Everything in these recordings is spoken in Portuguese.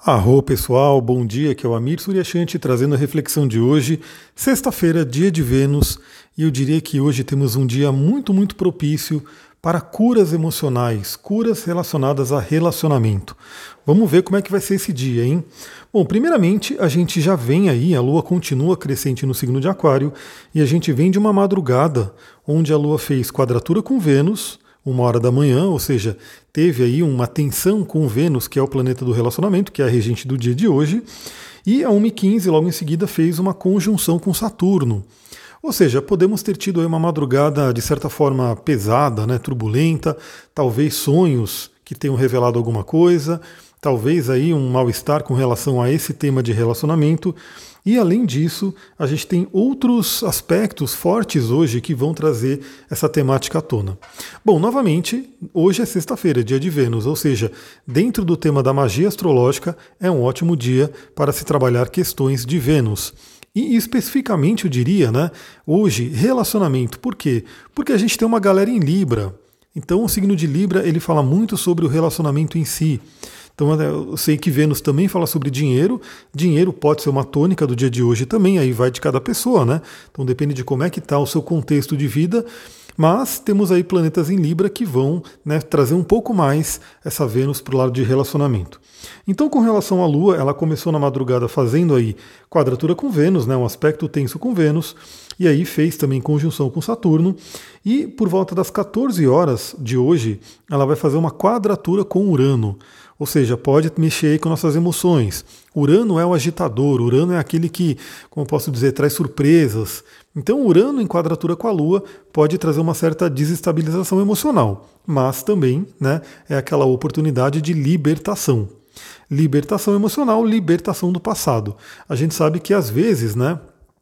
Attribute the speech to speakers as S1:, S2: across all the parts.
S1: Arro pessoal, bom dia, aqui é o Amir Suryashanti trazendo a reflexão de hoje, sexta-feira, dia de Vênus, e eu diria que hoje temos um dia muito propício para curas emocionais, curas relacionadas a relacionamento. Vamos ver como é que vai ser esse dia, hein? Bom, primeiramente, a gente já vem aí, a Lua continua crescente no signo de Aquário, e a gente vem de uma madrugada onde a Lua fez quadratura com Vênus, 1 hora da manhã, ou seja, teve aí uma tensão com Vênus, que é o planeta do relacionamento, que é a regente do dia de hoje, e a 1h15, logo em seguida, fez uma conjunção com Saturno. Ou seja, podemos ter tido aí uma madrugada, de certa forma, pesada, né, turbulenta, talvez sonhos que tenham revelado alguma coisa, talvez aí um mal-estar com relação a esse tema de relacionamento. E além disso, a gente tem outros aspectos fortes hoje que vão trazer essa temática à tona. Bom, novamente, hoje é sexta-feira, dia de Vênus, ou seja, dentro do tema da magia astrológica, é um ótimo dia para se trabalhar questões de Vênus. E especificamente eu diria, né, hoje, relacionamento. Por quê? Porque a gente tem uma galera em Libra. Então o signo de Libra, ele fala muito sobre o relacionamento em si. Então eu sei que Vênus também fala sobre dinheiro. Dinheiro pode ser uma tônica do dia de hoje também, aí vai de cada pessoa, né? Então depende de como é que está o seu contexto de vida. Mas temos aí planetas em Libra que vão, né, trazer um pouco mais essa Vênus para o lado de relacionamento. Então, com relação à Lua, ela começou na madrugada fazendo aí quadratura com Vênus, né, um aspecto tenso com Vênus, e aí fez também conjunção com Saturno, e por volta das 14 horas de hoje, ela vai fazer uma quadratura com Urano. Ou seja, pode mexer aí com nossas emoções. Urano é o agitador, Urano é aquele que, como eu posso dizer, traz surpresas. Então, Urano em quadratura com a Lua pode trazer uma certa desestabilização emocional, mas também, né, é aquela oportunidade de libertação. Libertação emocional, libertação do passado. A gente sabe que às vezes, né,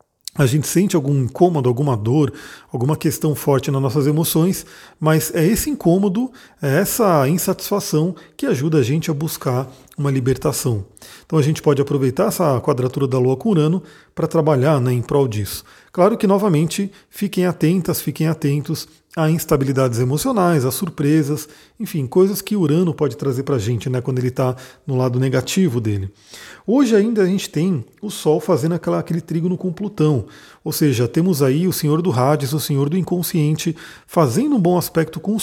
S1: a gente sente algum incômodo, alguma dor, alguma questão forte nas nossas emoções, mas é esse incômodo, é essa insatisfação que ajuda a gente a buscar uma libertação. Então a gente pode aproveitar essa quadratura da Lua com Urano para trabalhar, né, em prol disso. Claro que, novamente, fiquem atentas, fiquem atentos a instabilidades emocionais, a surpresas, enfim, coisas que Urano pode trazer para a gente, né, quando ele está no lado negativo dele. Hoje ainda a gente tem o Sol fazendo aquele trígono com Plutão, ou seja, temos aí o Senhor do Hades, o Senhor do Inconsciente, fazendo um bom aspecto com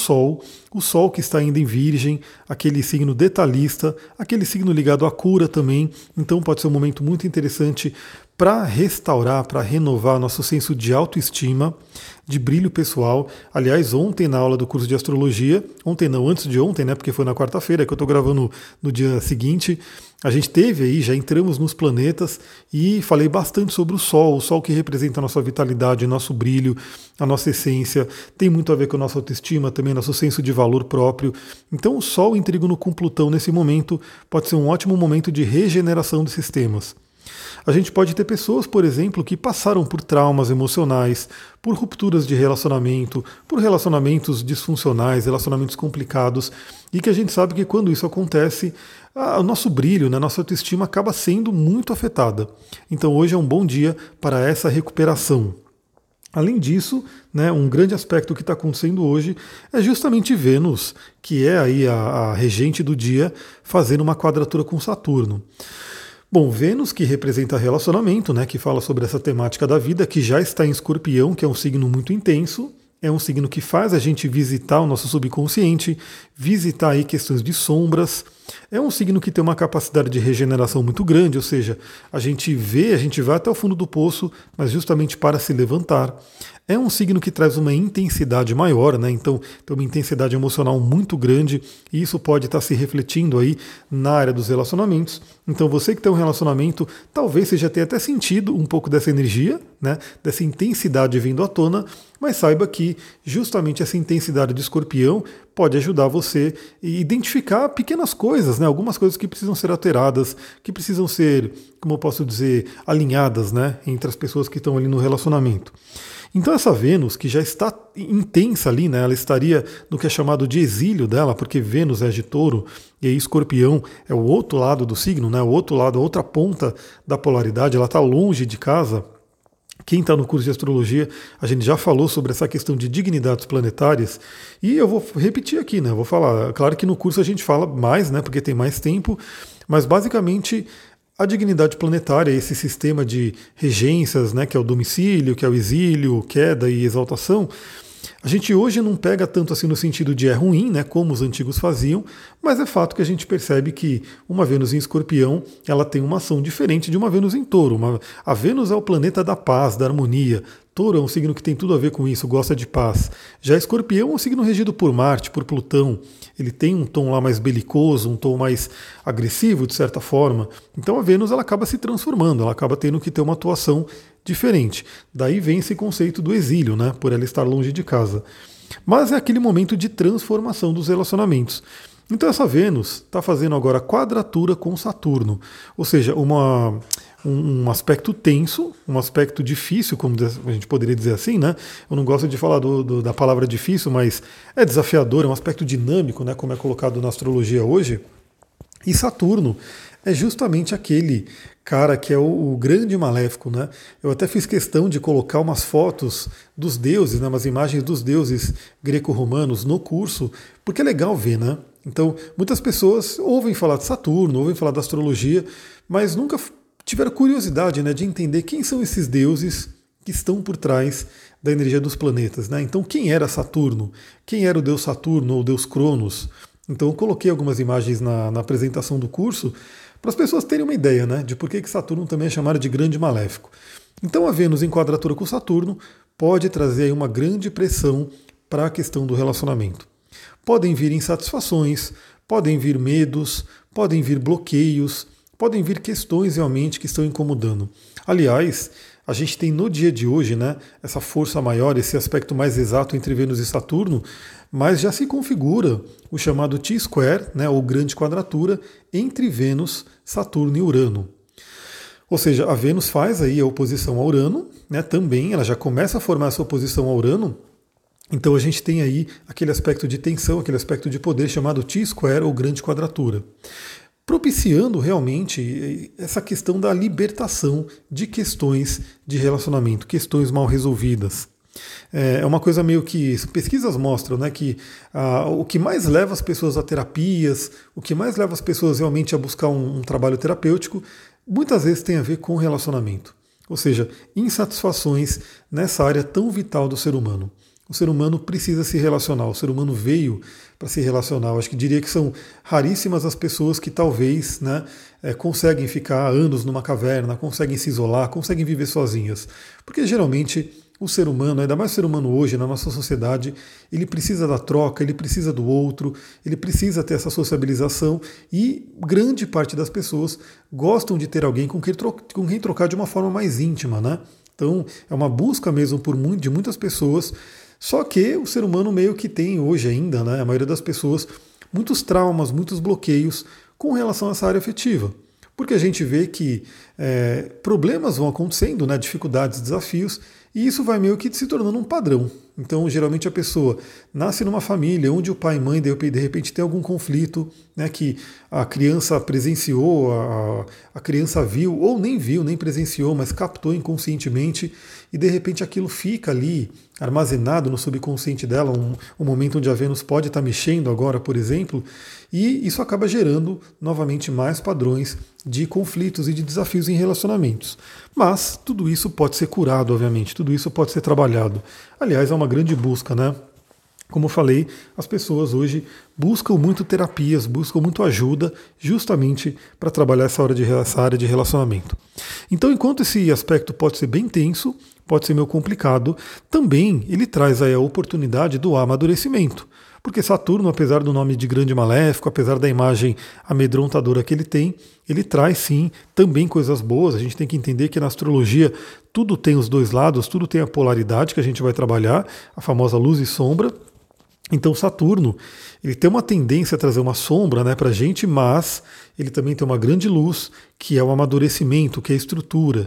S1: o Sol que está ainda em Virgem, aquele signo detalhista, aquele signo ligado à cura também, então pode ser um momento muito interessante para restaurar, para renovar nosso senso de autoestima, de brilho pessoal. Aliás, ontem na aula do curso de astrologia, ontem não, antes de ontem, né, porque foi na quarta-feira, que eu estou gravando no dia seguinte, a gente teve aí, já entramos nos planetas e falei bastante sobre o Sol que representa a nossa vitalidade, nosso brilho, a nossa essência, tem muito a ver com a nossa autoestima, também nosso senso de valor próprio. Então o Sol em trígono com Plutão nesse momento pode ser um ótimo momento de regeneração dos sistemas. A gente pode ter pessoas, por exemplo, que passaram por traumas emocionais, por rupturas de relacionamento, por relacionamentos disfuncionais, relacionamentos complicados, e que a gente sabe que quando isso acontece, o nosso brilho, né, a nossa autoestima acaba sendo muito afetada. Então hoje é um bom dia para essa recuperação. Além disso, né, um grande aspecto que está acontecendo hoje é justamente Vênus, que é aí a regente do dia, fazendo uma quadratura com Saturno. Bom, Vênus, que representa relacionamento, né, que fala sobre essa temática da vida, que já está em Escorpião, que é um signo muito intenso, é um signo que faz a gente visitar o nosso subconsciente, visitar aí questões de sombras. É um signo que tem uma capacidade de regeneração muito grande, ou seja, a gente vai até o fundo do poço, mas justamente para se levantar. É um signo que traz uma intensidade maior, né? Então tem uma intensidade emocional muito grande e isso pode estar se refletindo aí na área dos relacionamentos. Então você que tem um relacionamento, talvez você já tenha até sentido um pouco dessa energia, né? Dessa intensidade vindo à tona, mas saiba que justamente essa intensidade de Escorpião pode ajudar você a identificar pequenas coisas, né? Algumas coisas que precisam ser alteradas, que precisam ser, como eu posso dizer, alinhadas, né? Entre as pessoas que estão ali no relacionamento. Então essa Vênus, que já está intensa ali, né, ela estaria no que é chamado de exílio dela, porque Vênus é de Touro e aí Escorpião é o outro lado do signo, né, o outro lado, a outra ponta da polaridade, ela está longe de casa. Quem está no curso de astrologia, a gente já falou sobre essa questão de dignidades planetárias e eu vou repetir aqui, né? Vou falar. Claro que no curso a gente fala mais, né? Porque tem mais tempo, Mas basicamente a dignidade planetária, esse sistema de regências, né, que é o domicílio, que é o exílio, queda e exaltação, a gente hoje não pega tanto assim no sentido de é ruim, né, como os antigos faziam, mas é fato que a gente percebe que uma Vênus em Escorpião, ela tem uma ação diferente de uma Vênus em Touro. A Vênus é o planeta da paz, da harmonia. Touro é um signo que tem tudo a ver com isso, gosta de paz. Já Escorpião é um signo regido por Marte, por Plutão. Ele tem um tom lá mais belicoso, um tom mais agressivo, de certa forma. Então a Vênus ela acaba se transformando, ela acaba tendo que ter uma atuação diferente. Daí vem esse conceito do exílio, né, por ela estar longe de casa. Mas é aquele momento de transformação dos relacionamentos. Então essa Vênus está fazendo agora quadratura com Saturno, ou seja, um aspecto tenso, um aspecto difícil, como a gente poderia dizer assim, né? Eu não gosto de falar da palavra difícil, mas é desafiador, é um aspecto dinâmico, né? Como é colocado na astrologia hoje. E Saturno é justamente aquele cara que é o grande maléfico, né? Eu até fiz questão de colocar umas fotos dos deuses, né? Umas imagens dos deuses greco-romanos no curso, porque é legal ver, né? Então, muitas pessoas ouvem falar de Saturno, ouvem falar da astrologia, mas nunca tiveram curiosidade, né, de entender quem são esses deuses que estão por trás da energia dos planetas, né? Então, quem era Saturno? Quem era o deus Saturno ou o deus Cronos? Então, eu coloquei algumas imagens na apresentação do curso para as pessoas terem uma ideia, né, de por que Saturno também é chamado de grande maléfico. Então, a Vênus em quadratura com Saturno pode trazer aí uma grande pressão para a questão do relacionamento. Podem vir insatisfações, podem vir medos, podem vir bloqueios, podem vir questões realmente que estão incomodando. Aliás, a gente tem no dia de hoje, né, essa força maior, esse aspecto mais exato entre Vênus e Saturno, mas já se configura o chamado T-square, né, ou grande quadratura, entre Vênus, Saturno e Urano. Ou seja, a Vênus faz aí a oposição a Urano, né, também, ela já começa a formar essa oposição a Urano. Então a gente tem aí aquele aspecto de tensão, aquele aspecto de poder chamado T-square ou grande quadratura, propiciando realmente essa questão da libertação de questões de relacionamento, questões mal resolvidas. É uma coisa meio que pesquisas mostram, né, que o que mais leva as pessoas a terapias, o que mais leva as pessoas realmente a buscar um trabalho terapêutico, muitas vezes tem a ver com relacionamento. Ou seja, insatisfações nessa área tão vital do ser humano. O ser humano precisa se relacionar, o ser humano veio para se relacionar. Eu acho que diria que são raríssimas as pessoas que talvez, né, conseguem ficar anos numa caverna, conseguem se isolar, conseguem viver sozinhas. Porque geralmente o ser humano, ainda mais o ser humano hoje, na nossa sociedade, ele precisa da troca, ele precisa do outro, ele precisa ter essa sociabilização e grande parte das pessoas gostam de ter alguém com quem trocar de uma forma mais íntima, né? Então é uma busca mesmo de muitas pessoas. Só que o ser humano meio que tem hoje ainda, né, a maioria das pessoas, muitos traumas, muitos bloqueios com relação a essa área afetiva. Porque a gente vê que problemas vão acontecendo, né, dificuldades, desafios, e isso vai meio que se tornando um padrão. Então, geralmente a pessoa nasce numa família onde o pai e mãe, de repente, tem algum conflito, né, que a criança presenciou, a criança viu, ou nem viu, nem presenciou, mas captou inconscientemente, e de repente aquilo fica ali armazenado no subconsciente dela, um momento onde a Vênus pode estar mexendo agora, por exemplo, e isso acaba gerando novamente mais padrões de conflitos e de desafios em relacionamentos. Mas tudo isso pode ser curado, obviamente, tudo isso pode ser trabalhado. Aliás, é uma grande busca, né? Como eu falei, as pessoas hoje buscam muito terapias, buscam muito ajuda justamente para trabalhar essa área de relacionamento. Então, enquanto esse aspecto pode ser bem tenso, pode ser meio complicado, também ele traz aí a oportunidade do amadurecimento. Porque Saturno, apesar do nome de grande maléfico, apesar da imagem amedrontadora que ele tem, ele traz sim também coisas boas. A gente tem que entender que na astrologia tudo tem os dois lados, tudo tem a polaridade que a gente vai trabalhar, a famosa luz e sombra. Então Saturno, ele tem uma tendência a trazer uma sombra, né, para a gente, mas ele também tem uma grande luz, que é o amadurecimento, que é a estrutura.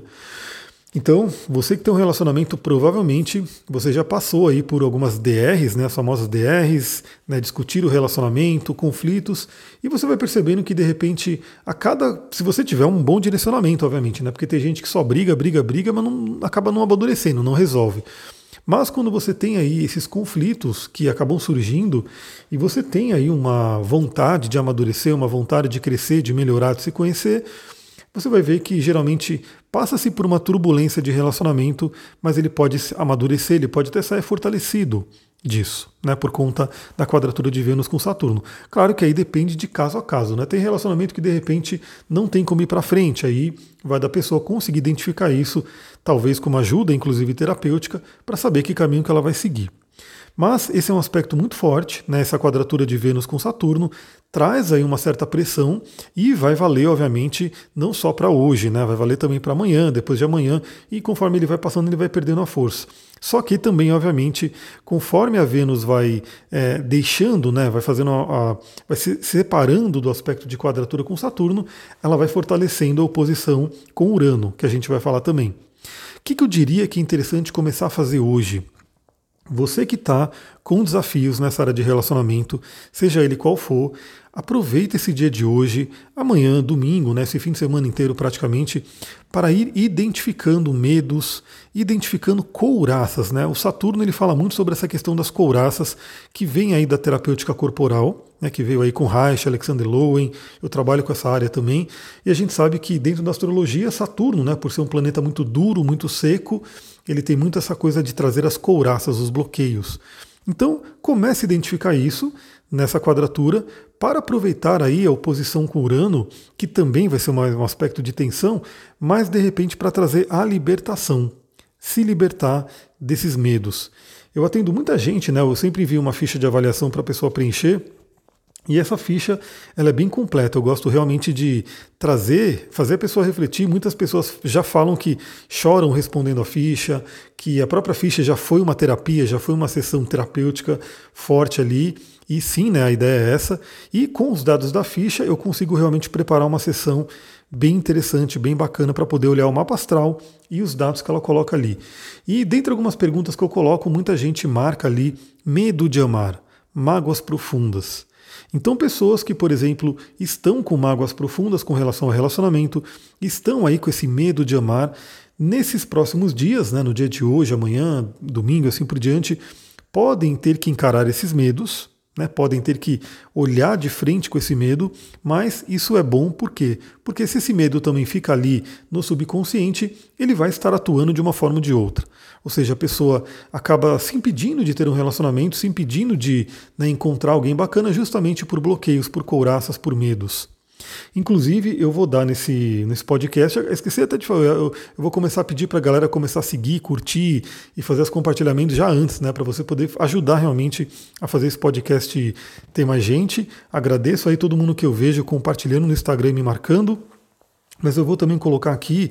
S1: Então, você que tem um relacionamento, provavelmente você já passou aí por algumas DRs, né, as famosas DRs, né, discutir o relacionamento, conflitos, e você vai percebendo que de repente, se você tiver um bom direcionamento, obviamente, né, porque tem gente que só briga, mas acaba não amadurecendo, não resolve. Mas quando você tem aí esses conflitos que acabam surgindo e você tem aí uma vontade de amadurecer, uma vontade de crescer, de melhorar, de se conhecer, você vai ver que geralmente passa-se por uma turbulência de relacionamento, mas ele pode amadurecer, ele pode até sair fortalecido disso, né, por conta da quadratura de Vênus com Saturno. Claro que aí depende de caso a caso, né? Tem relacionamento que de repente não tem como ir para frente, aí vai da pessoa conseguir identificar isso, talvez com uma ajuda, inclusive terapêutica, para saber que caminho que ela vai seguir. Mas esse é um aspecto muito forte, né? Essa quadratura de Vênus com Saturno traz aí uma certa pressão e vai valer, obviamente, não só para hoje, né? Vai valer também para amanhã, depois de amanhã, e conforme ele vai passando, ele vai perdendo a força. Só que também, obviamente, conforme a Vênus vai deixando, né? Vai fazendo vai se separando do aspecto de quadratura com Saturno, ela vai fortalecendo a oposição com Urano, que a gente vai falar também. O que eu diria que é interessante começar a fazer hoje? Você que está com desafios nessa área de relacionamento, seja ele qual for, aproveita esse dia de hoje, amanhã, domingo, né, esse fim de semana inteiro praticamente, para ir identificando medos, identificando couraças, né? O Saturno ele fala muito sobre essa questão das couraças que vem aí da terapêutica corporal, né, que veio aí com Reich, Alexander Lowen, eu trabalho com essa área também, e a gente sabe que dentro da astrologia, Saturno, né, por ser um planeta muito duro, muito seco, ele tem muito essa coisa de trazer as couraças, os bloqueios. Então, comece a identificar isso nessa quadratura para aproveitar aí a oposição com Urano, que também vai ser um aspecto de tensão, mas de repente para trazer a libertação, se libertar desses medos. Eu atendo muita gente, né? Eu sempre envio uma ficha de avaliação para a pessoa preencher. E essa ficha, ela é bem completa. Eu gosto realmente de fazer a pessoa refletir. Muitas pessoas já falam que choram respondendo a ficha, que a própria ficha já foi uma terapia, já foi uma sessão terapêutica forte ali. E sim, né, a ideia é essa. E com os dados da ficha, eu consigo realmente preparar uma sessão bem interessante, bem bacana para poder olhar o mapa astral e os dados que ela coloca ali. E dentre algumas perguntas que eu coloco, muita gente marca ali medo de amar, mágoas profundas. Então, pessoas que, por exemplo, estão com mágoas profundas com relação ao relacionamento, estão aí com esse medo de amar, nesses próximos dias, né, no dia de hoje, amanhã, domingo, assim por diante, podem ter que encarar esses medos, né, podem ter que olhar de frente com esse medo, mas isso é bom por quê? Porque se esse medo também fica ali no subconsciente, ele vai estar atuando de uma forma ou de outra. Ou seja, a pessoa acaba se impedindo de ter um relacionamento, se impedindo de, né, encontrar alguém bacana justamente por bloqueios, por couraças, por medos. Inclusive, eu vou dar nesse podcast, eu esqueci até de falar, eu vou começar a pedir para a galera começar a seguir, curtir e fazer os compartilhamentos já antes, né, para você poder ajudar realmente a fazer esse podcast ter mais gente. Agradeço aí todo mundo que eu vejo compartilhando no Instagram e me marcando, mas eu vou também colocar aqui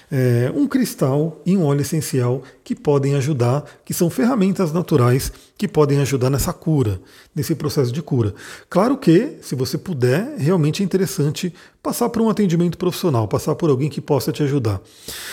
S1: um cristal e um óleo essencial que podem ajudar, que são ferramentas naturais que podem ajudar nessa cura, nesse processo de cura. Claro que, se você puder, realmente é interessante passar por um atendimento profissional, passar por alguém que possa te ajudar.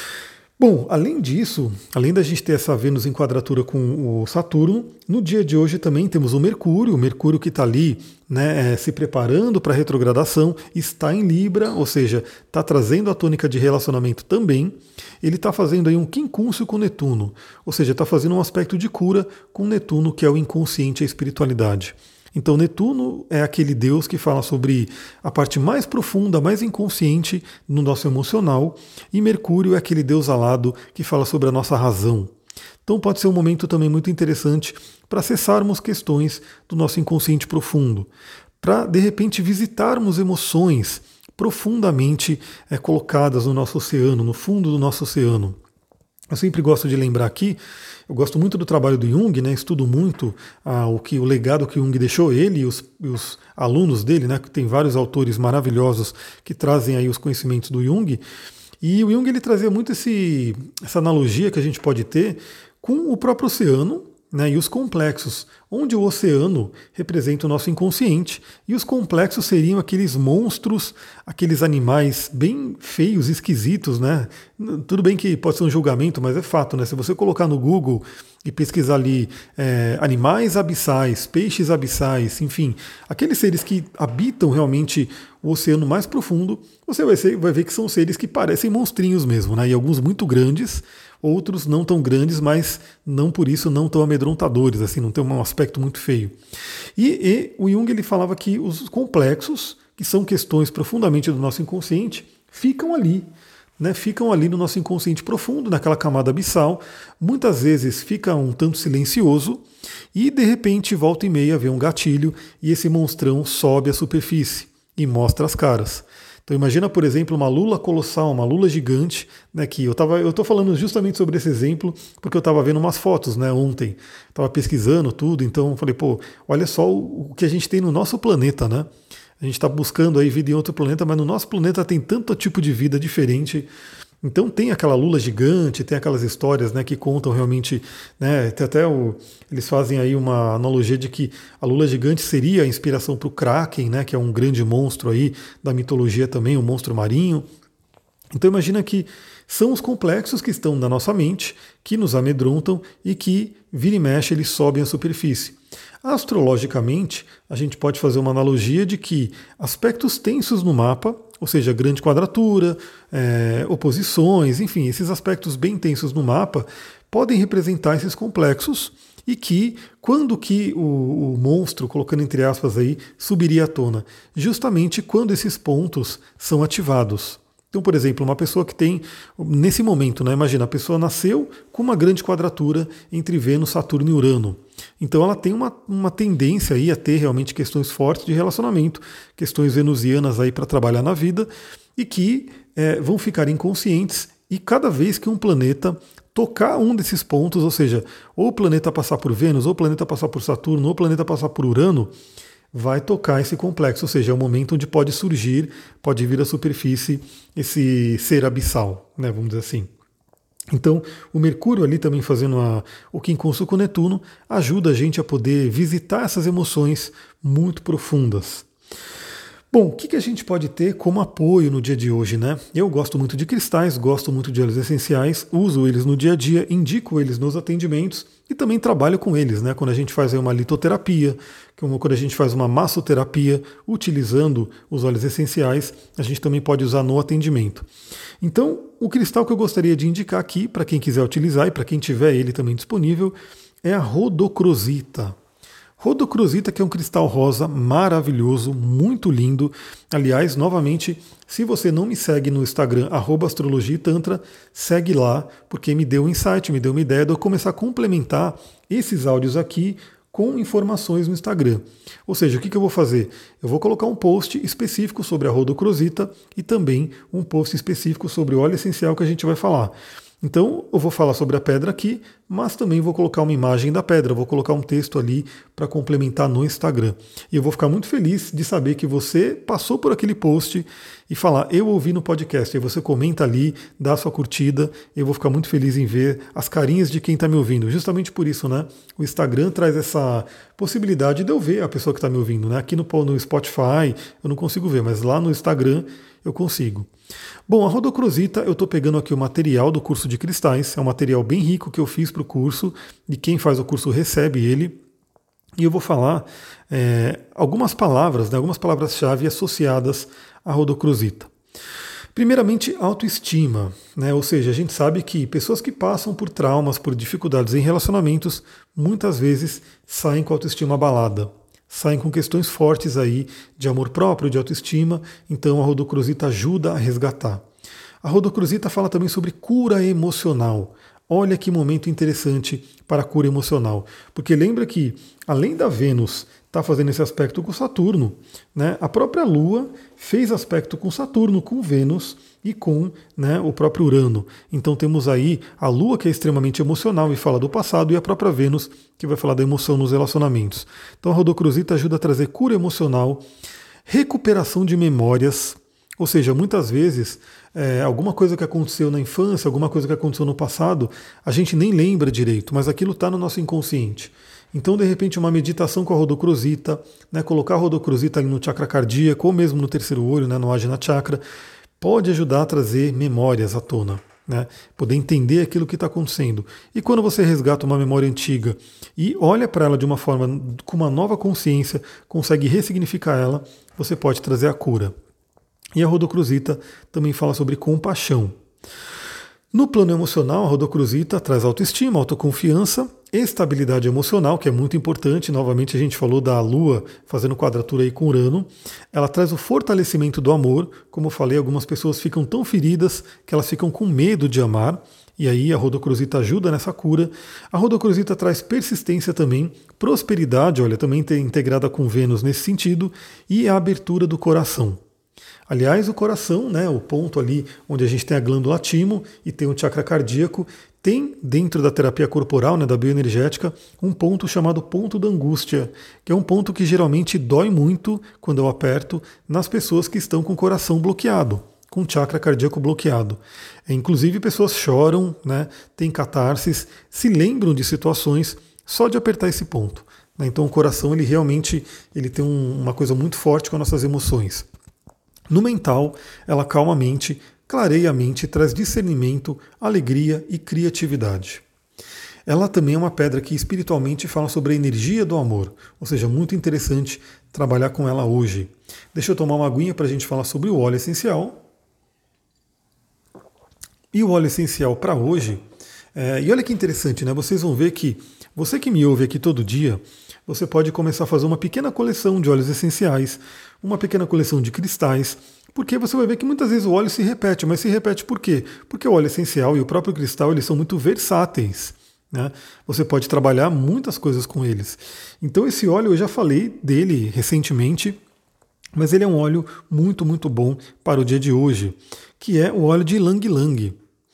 S1: Bom, além disso, além da gente ter essa Vênus em quadratura com o Saturno, no dia de hoje também temos o Mercúrio que está ali, né, se preparando para a retrogradação, está em Libra, ou seja, está trazendo a tônica de relacionamento também. Ele está fazendo aí um quincúncio com Netuno, ou seja, está fazendo um aspecto de cura com Netuno, que é o inconsciente, a espiritualidade. Então, Netuno é aquele Deus que fala sobre a parte mais profunda, mais inconsciente no nosso emocional, e Mercúrio é aquele Deus alado que fala sobre a nossa razão. Então, pode ser um momento também muito interessante para acessarmos questões do nosso inconsciente profundo, para, de repente, visitarmos emoções profundamente colocadas no nosso oceano, no fundo do nosso oceano. Eu sempre gosto de lembrar aqui, eu gosto muito do trabalho do Jung, né? Estudo muito o legado que o Jung deixou, ele e os alunos dele, né? Tem vários autores maravilhosos que trazem aí os conhecimentos do Jung. E o Jung ele trazia muito essa analogia que a gente pode ter com o próprio oceano, né, e os complexos, onde o oceano representa o nosso inconsciente e os complexos seriam aqueles monstros, aqueles animais bem feios, esquisitos, né? Tudo bem que pode ser um julgamento, mas é fato, né? Se você colocar no Google e pesquisar ali animais abissais, peixes abissais, enfim, aqueles seres que habitam realmente o oceano mais profundo, você vai ver que são seres que parecem monstrinhos mesmo, né? E alguns muito grandes, Outros não tão grandes, mas não por isso não tão amedrontadores, assim, não tem um aspecto muito feio. E o Jung ele falava que os complexos, que são questões profundamente do nosso inconsciente, ficam ali. Né, ficam ali no nosso inconsciente profundo, naquela camada abissal, muitas vezes fica um tanto silencioso e de repente volta e meia vem um gatilho e esse monstrão sobe à superfície e mostra as caras. Então imagina, por exemplo, uma lula colossal, uma lula gigante, né, que eu estou falando justamente sobre esse exemplo porque eu estava vendo umas fotos, né, ontem, estava pesquisando tudo, então eu falei, pô, olha só o que a gente tem no nosso planeta, né? A gente está buscando aí vida em outro planeta, mas no nosso planeta tem tanto tipo de vida diferente. Então tem aquela lula gigante, tem aquelas histórias, né, que contam realmente, né, tem até eles fazem aí uma analogia de que a lula gigante seria a inspiração para o Kraken, né, que é um grande monstro aí da mitologia também, um monstro marinho. Então imagina que são os complexos que estão na nossa mente, que nos amedrontam e que vira e mexe eles sobem à superfície. Astrologicamente, a gente pode fazer uma analogia de que aspectos tensos no mapa, ou seja, grande quadratura, oposições, enfim, esses aspectos bem tensos no mapa podem representar esses complexos e que quando que o monstro, colocando entre aspas aí, subiria à tona? Justamente quando esses pontos são ativados. Então, por exemplo, uma pessoa que tem, nesse momento, né, imagina, a pessoa nasceu com uma grande quadratura entre Vênus, Saturno e Urano. Então ela tem uma tendência aí a ter realmente questões fortes de relacionamento, questões venusianas aí para trabalhar na vida e que vão ficar inconscientes e cada vez que um planeta tocar um desses pontos, ou seja, ou o planeta passar por Vênus, ou o planeta passar por Saturno, ou o planeta passar por Urano, vai tocar esse complexo, ou seja, é o momento onde pode surgir, pode vir à superfície esse ser abissal, né, vamos dizer assim. Então, o Mercúrio ali também fazendo o quincunço com Netuno ajuda a gente a poder visitar essas emoções muito profundas. Bom, o que a gente pode ter como apoio no dia de hoje, né? Eu gosto muito de cristais, gosto muito de óleos essenciais, uso eles no dia a dia, indico eles nos atendimentos e também trabalho com eles, né? Quando a gente faz uma litoterapia, quando a gente faz uma massoterapia, utilizando os óleos essenciais, a gente também pode usar no atendimento. Então, o cristal que eu gostaria de indicar aqui, para quem quiser utilizar e para quem tiver ele também disponível, é a rodocrosita. Rodocrosita, que é um cristal rosa maravilhoso, muito lindo. Aliás, novamente, se você não me segue no Instagram, @astrologiatantra, segue lá, porque me deu um insight, me deu uma ideia de eu começar a complementar esses áudios aqui com informações no Instagram. Ou seja, o que eu vou fazer? Eu vou colocar um post específico sobre a rodocrosita e também um post específico sobre o óleo essencial que a gente vai falar. Então, eu vou falar sobre a pedra aqui, mas também vou colocar uma imagem da pedra, vou colocar um texto ali para complementar no Instagram. E eu vou ficar muito feliz de saber que você passou por aquele post e falar, eu ouvi no podcast. E você comenta ali, dá a sua curtida, eu vou ficar muito feliz em ver as carinhas de quem está me ouvindo. Justamente por isso, né? O Instagram traz essa possibilidade de eu ver a pessoa que está me ouvindo, né? Aqui no Spotify eu não consigo ver, mas lá no Instagram eu consigo. Bom, a rodocrosita, eu estou pegando aqui o material do curso de cristais, é um material bem rico que eu fiz para o curso e quem faz o curso recebe ele. E eu vou falar algumas palavras, né, algumas palavras-chave associadas à rodocrosita. Primeiramente, autoestima, né? Ou seja, a gente sabe que pessoas que passam por traumas, por dificuldades em relacionamentos, muitas vezes saem com a autoestima abalada. Saem com questões fortes aí de amor próprio, de autoestima, então a rodocrosita ajuda a resgatar. A rodocrosita fala também sobre cura emocional. Olha que momento interessante para a cura emocional, porque lembra que além da Vênus estar fazendo esse aspecto com Saturno, né, a própria Lua fez aspecto com Saturno, com Vênus e com, né, o próprio Urano. Então temos aí a Lua, que é extremamente emocional e fala do passado, e a própria Vênus, que vai falar da emoção nos relacionamentos. Então a rodocrosita ajuda a trazer cura emocional, recuperação de memórias, ou seja, muitas vezes alguma coisa que aconteceu na infância, alguma coisa que aconteceu no passado, a gente nem lembra direito, mas aquilo está no nosso inconsciente. Então, de repente, uma meditação com a rodocrosita, né, colocar a rodocrosita ali no chakra cardíaco, ou mesmo no terceiro olho, né, no Ajna Chakra, pode ajudar a trazer memórias à tona, né, poder entender aquilo que está acontecendo. E quando você resgata uma memória antiga e olha para ela de uma forma, com uma nova consciência, consegue ressignificar ela, você pode trazer a cura. E a rodocrosita também fala sobre compaixão. No plano emocional, a rodocrosita traz autoestima, autoconfiança, estabilidade emocional, que é muito importante. Novamente a gente falou da Lua fazendo quadratura aí com Urano. Ela traz o fortalecimento do amor. Como eu falei, algumas pessoas ficam tão feridas que elas ficam com medo de amar. E aí a rodocrosita ajuda nessa cura. A rodocrosita traz persistência também, prosperidade, olha, também integrada com Vênus nesse sentido, e a abertura do coração. Aliás, o coração, né, o ponto ali onde a gente tem a glândula timo e tem o chakra cardíaco, tem dentro da terapia corporal, né, da bioenergética, um ponto chamado ponto da angústia, que é um ponto que geralmente dói muito quando eu aperto nas pessoas que estão com o coração bloqueado, com o chakra cardíaco bloqueado. Inclusive pessoas choram, né, têm catarses, se lembram de situações só de apertar esse ponto. Né? Então o coração ele realmente ele tem uma coisa muito forte com as nossas emoções. No mental, ela calma a mente, clareia a mente, traz discernimento, alegria e criatividade. Ela também é uma pedra que espiritualmente fala sobre a energia do amor, ou seja, muito interessante trabalhar com ela hoje. Deixa eu tomar uma aguinha para a gente falar sobre o óleo essencial. E o óleo essencial para hoje, e olha que interessante, né? Vocês vão ver que você que me ouve aqui todo dia, você pode começar a fazer uma pequena coleção de óleos essenciais, uma pequena coleção de cristais, porque você vai ver que muitas vezes o óleo se repete, mas se repete por quê? Porque o óleo essencial e o próprio cristal eles são muito versáteis. Né? Você pode trabalhar muitas coisas com eles. Então esse óleo eu já falei dele recentemente, mas ele é um óleo muito, muito bom para o dia de hoje, que é o óleo de Ylang Ylang.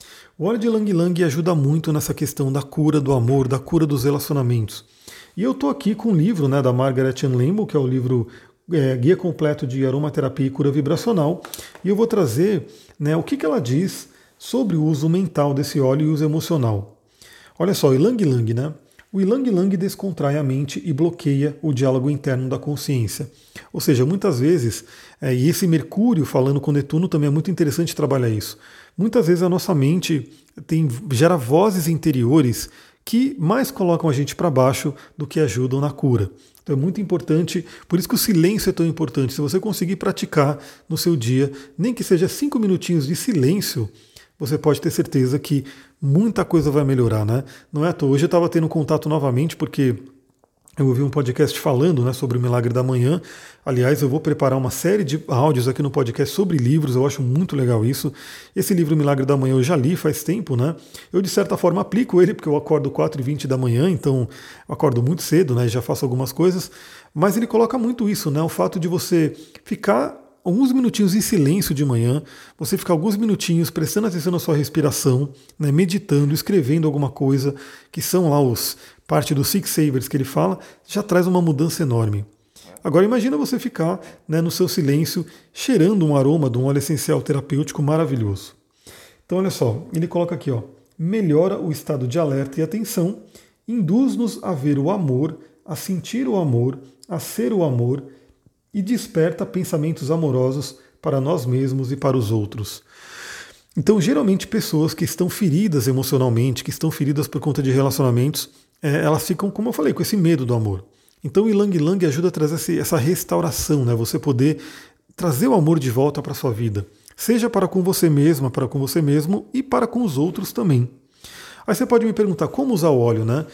S1: O óleo de Ylang Ylang ajuda muito nessa questão da cura do amor, da cura dos relacionamentos. E eu estou aqui com um livro, né, da Margaret Ann Lambo, que é o livro Guia Completo de Aromaterapia e Cura Vibracional, e eu vou trazer, né, o que ela diz sobre o uso mental desse óleo e o uso emocional. Olha só, Ylang Ylang, né? O Ylang Ylang descontrai a mente e bloqueia o diálogo interno da consciência. Ou seja, muitas vezes, e esse Mercúrio falando com Netuno também é muito interessante trabalhar isso. Muitas vezes a nossa mente gera vozes interiores que mais colocam a gente para baixo do que ajudam na cura. Então é muito importante, por isso que o silêncio é tão importante. Se você conseguir praticar no seu dia, nem que seja 5 minutinhos de silêncio, você pode ter certeza que muita coisa vai melhorar, né? Não é à toa. Hoje eu estava tendo contato novamente porque eu ouvi um podcast falando, né, sobre o Milagre da Manhã. Aliás, eu vou preparar uma série de áudios aqui no podcast sobre livros, eu acho muito legal isso. Esse livro Milagre da Manhã eu já li faz tempo, né? Eu de certa forma aplico ele porque eu acordo 4h20 da manhã, então eu acordo muito cedo, né, já faço algumas coisas, mas ele coloca muito isso, né, o fato de você ficar alguns minutinhos em silêncio de manhã, você ficar alguns minutinhos prestando atenção na sua respiração, né, meditando, escrevendo alguma coisa, que são lá parte dos Six Savers que ele fala, já traz uma mudança enorme. Agora imagina você ficar, né, no seu silêncio, cheirando um aroma de um óleo essencial terapêutico maravilhoso. Então olha só, ele coloca aqui, ó, melhora o estado de alerta e atenção, induz-nos a ver o amor, a sentir o amor, a ser o amor, e desperta pensamentos amorosos para nós mesmos e para os outros. Então, geralmente, pessoas que estão feridas emocionalmente, que estão feridas por conta de relacionamentos, elas ficam, como eu falei, com esse medo do amor. Então, o Ylang Ylang ajuda a trazer essa restauração, né? Você poder trazer o amor de volta para a sua vida, seja para com você mesma, para com você mesmo e para com os outros também. Aí você pode me perguntar como usar o óleo, né?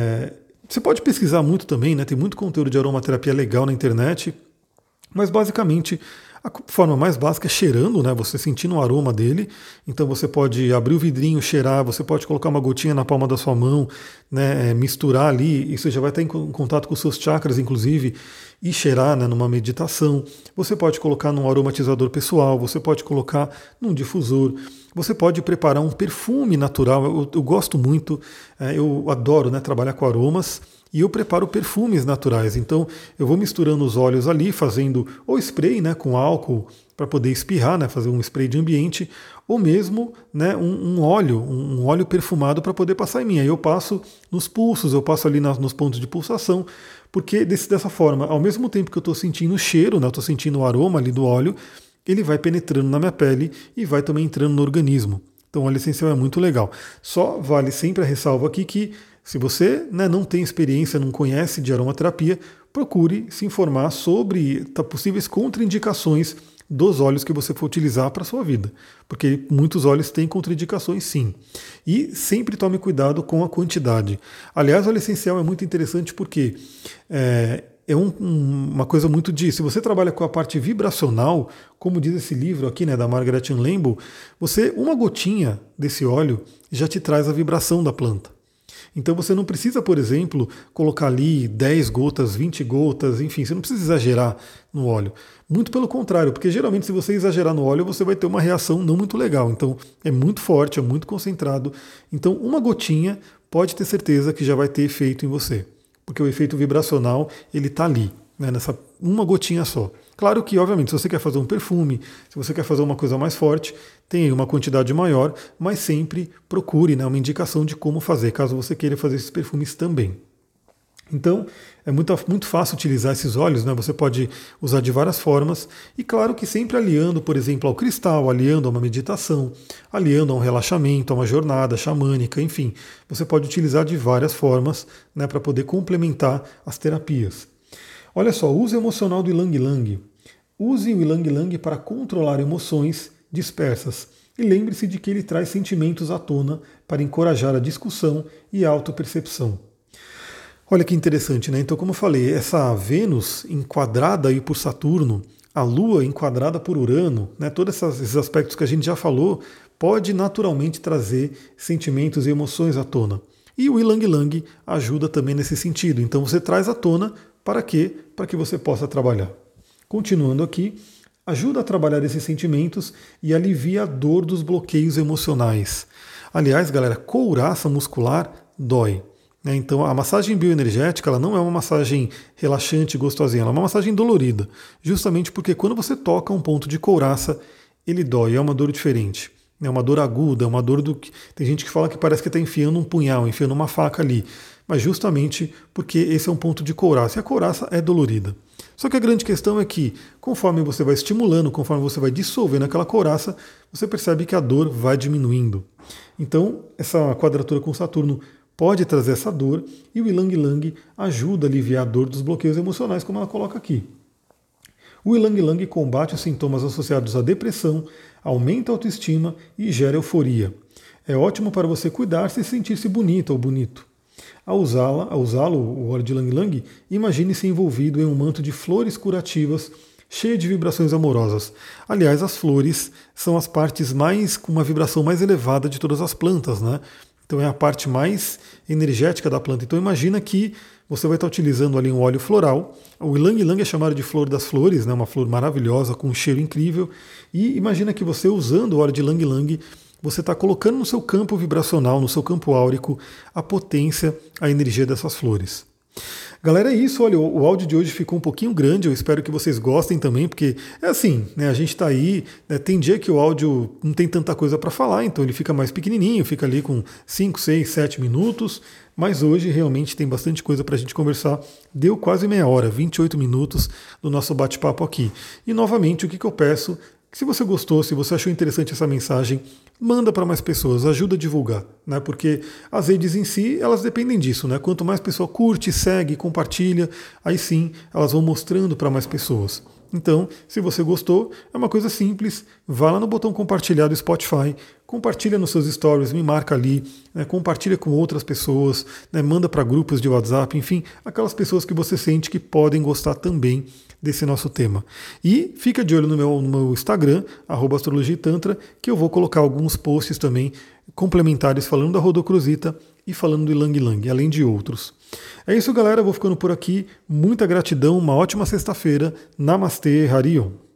S1: Você pode pesquisar muito também, né? Tem muito conteúdo de aromaterapia legal na internet. Mas basicamente a forma mais básica é cheirando, né? Você sentindo o aroma dele. Então você pode abrir o vidrinho, cheirar, você pode colocar uma gotinha na palma da sua mão, né? Misturar ali, isso já vai estar em contato com os seus chakras, inclusive, e cheirar, né, numa meditação. Você pode colocar num aromatizador pessoal, você pode colocar num difusor. Você pode preparar um perfume natural. Eu gosto muito, eu adoro, né, trabalhar com aromas. E eu preparo perfumes naturais, então eu vou misturando os óleos ali, fazendo ou spray, né, com álcool para poder espirrar, né, fazer um spray de ambiente, ou mesmo, né, um óleo perfumado para poder passar em mim. Aí eu passo nos pulsos, eu passo ali nos pontos de pulsação, porque dessa forma, ao mesmo tempo que eu estou sentindo o cheiro, né, eu estou sentindo o aroma ali do óleo, ele vai penetrando na minha pele e vai também entrando no organismo. Então o óleo essencial é muito legal. Só vale sempre a ressalva aqui que se você, né, não tem experiência, não conhece de aromaterapia, procure se informar sobre possíveis contraindicações dos óleos que você for utilizar para a sua vida, porque muitos óleos têm contraindicações sim. E sempre tome cuidado com a quantidade. Aliás, o óleo essencial é muito interessante porque uma coisa muito de... Se você trabalha com a parte vibracional, como diz esse livro aqui, né, da Margaret Lambo, uma gotinha desse óleo já te traz a vibração da planta. Então você não precisa, por exemplo, colocar ali 10 gotas, 20 gotas, enfim, você não precisa exagerar no óleo. Muito pelo contrário, porque geralmente se você exagerar no óleo, você vai ter uma reação não muito legal. Então é muito forte, é muito concentrado. Então uma gotinha pode ter certeza que já vai ter efeito em você. Porque o efeito vibracional, ele está ali, né, nessa uma gotinha só. Claro que, obviamente, se você quer fazer um perfume, se você quer fazer uma coisa mais forte, tem aí uma quantidade maior, mas sempre procure, né, uma indicação de como fazer, caso você queira fazer esses perfumes também. Então, é muito fácil utilizar esses óleos, né? Você pode usar de várias formas, e claro que sempre aliando, por exemplo, ao cristal, aliando a uma meditação, aliando a um relaxamento, a uma jornada xamânica, enfim. Você pode utilizar de várias formas, né, para poder complementar as terapias. Olha só, o uso emocional do Ylang Ylang. Use o Ylang Ylang para controlar emoções dispersas. E lembre-se de que ele traz sentimentos à tona para encorajar a discussão e a autopercepção. Olha que interessante, né? Então, como eu falei, essa Vênus enquadrada aí por Saturno, a Lua enquadrada por Urano, né? Todos esses aspectos que a gente já falou, pode naturalmente trazer sentimentos e emoções à tona. E o Ylang Ylang ajuda também nesse sentido. Então, você traz à tona para quê? Para que você possa trabalhar. Continuando aqui, ajuda a trabalhar esses sentimentos e alivia a dor dos bloqueios emocionais. Aliás, galera, couraça muscular dói. Então, a massagem bioenergética ela não é uma massagem relaxante e gostosinha, ela é uma massagem dolorida, justamente porque quando você toca um ponto de couraça, ele dói, é uma dor diferente. É uma dor aguda, é uma dor do... Tem gente que fala que parece que está enfiando um punhal, enfiando uma faca ali, mas justamente porque esse é um ponto de couraça, e a couraça é dolorida. Só que a grande questão é que, conforme você vai estimulando, conforme você vai dissolvendo aquela couraça, você percebe que a dor vai diminuindo. Então, essa quadratura com Saturno pode trazer essa dor, e o Ylang Ylang ajuda a aliviar a dor dos bloqueios emocionais, como ela coloca aqui. O Ylang Ylang combate os sintomas associados à depressão, aumenta a autoestima e gera euforia. É ótimo para você cuidar-se e sentir-se bonita ou bonito. Ao usá-lo, o óleo de Ylang Ylang, imagine-se envolvido em um manto de flores curativas, cheio de vibrações amorosas. Aliás, as flores são as partes com uma vibração mais elevada de todas as plantas, né? Então é a parte mais energética da planta. Então imagina que você vai estar utilizando ali um óleo floral. O Ylang Ylang é chamado de flor das flores, né? Uma flor maravilhosa, com um cheiro incrível. E imagina que você usando o óleo de Ylang Ylang, você está colocando no seu campo vibracional, no seu campo áurico, a potência, a energia dessas flores. Galera, é isso. Olha, o áudio de hoje ficou um pouquinho grande, eu espero que vocês gostem também, porque é assim, né, a gente está aí, né, tem dia que o áudio não tem tanta coisa para falar, então ele fica mais pequenininho, fica ali com 5, 6, 7 minutos, mas hoje realmente tem bastante coisa para a gente conversar. Deu quase meia hora, 28 minutos do nosso bate-papo aqui. E novamente, o que eu peço? Se você gostou, se você achou interessante essa mensagem, manda para mais pessoas, ajuda a divulgar, né? Porque as redes em si, elas dependem disso, né? Quanto mais pessoa curte, segue, compartilha, aí sim elas vão mostrando para mais pessoas. Então, se você gostou, é uma coisa simples, vá lá no botão compartilhar do Spotify, compartilha nos seus stories, me marca ali, né? Compartilha com outras pessoas, né? Manda para grupos de WhatsApp, enfim, aquelas pessoas que você sente que podem gostar também desse nosso tema. E fica de olho no meu Instagram, @astrologiatantra, que eu vou colocar alguns posts também complementares falando da rodocrosita e falando do Ylang Ylang, além de outros. É isso, galera. Eu vou ficando por aqui. Muita gratidão, uma ótima sexta-feira. Namastê, Harion.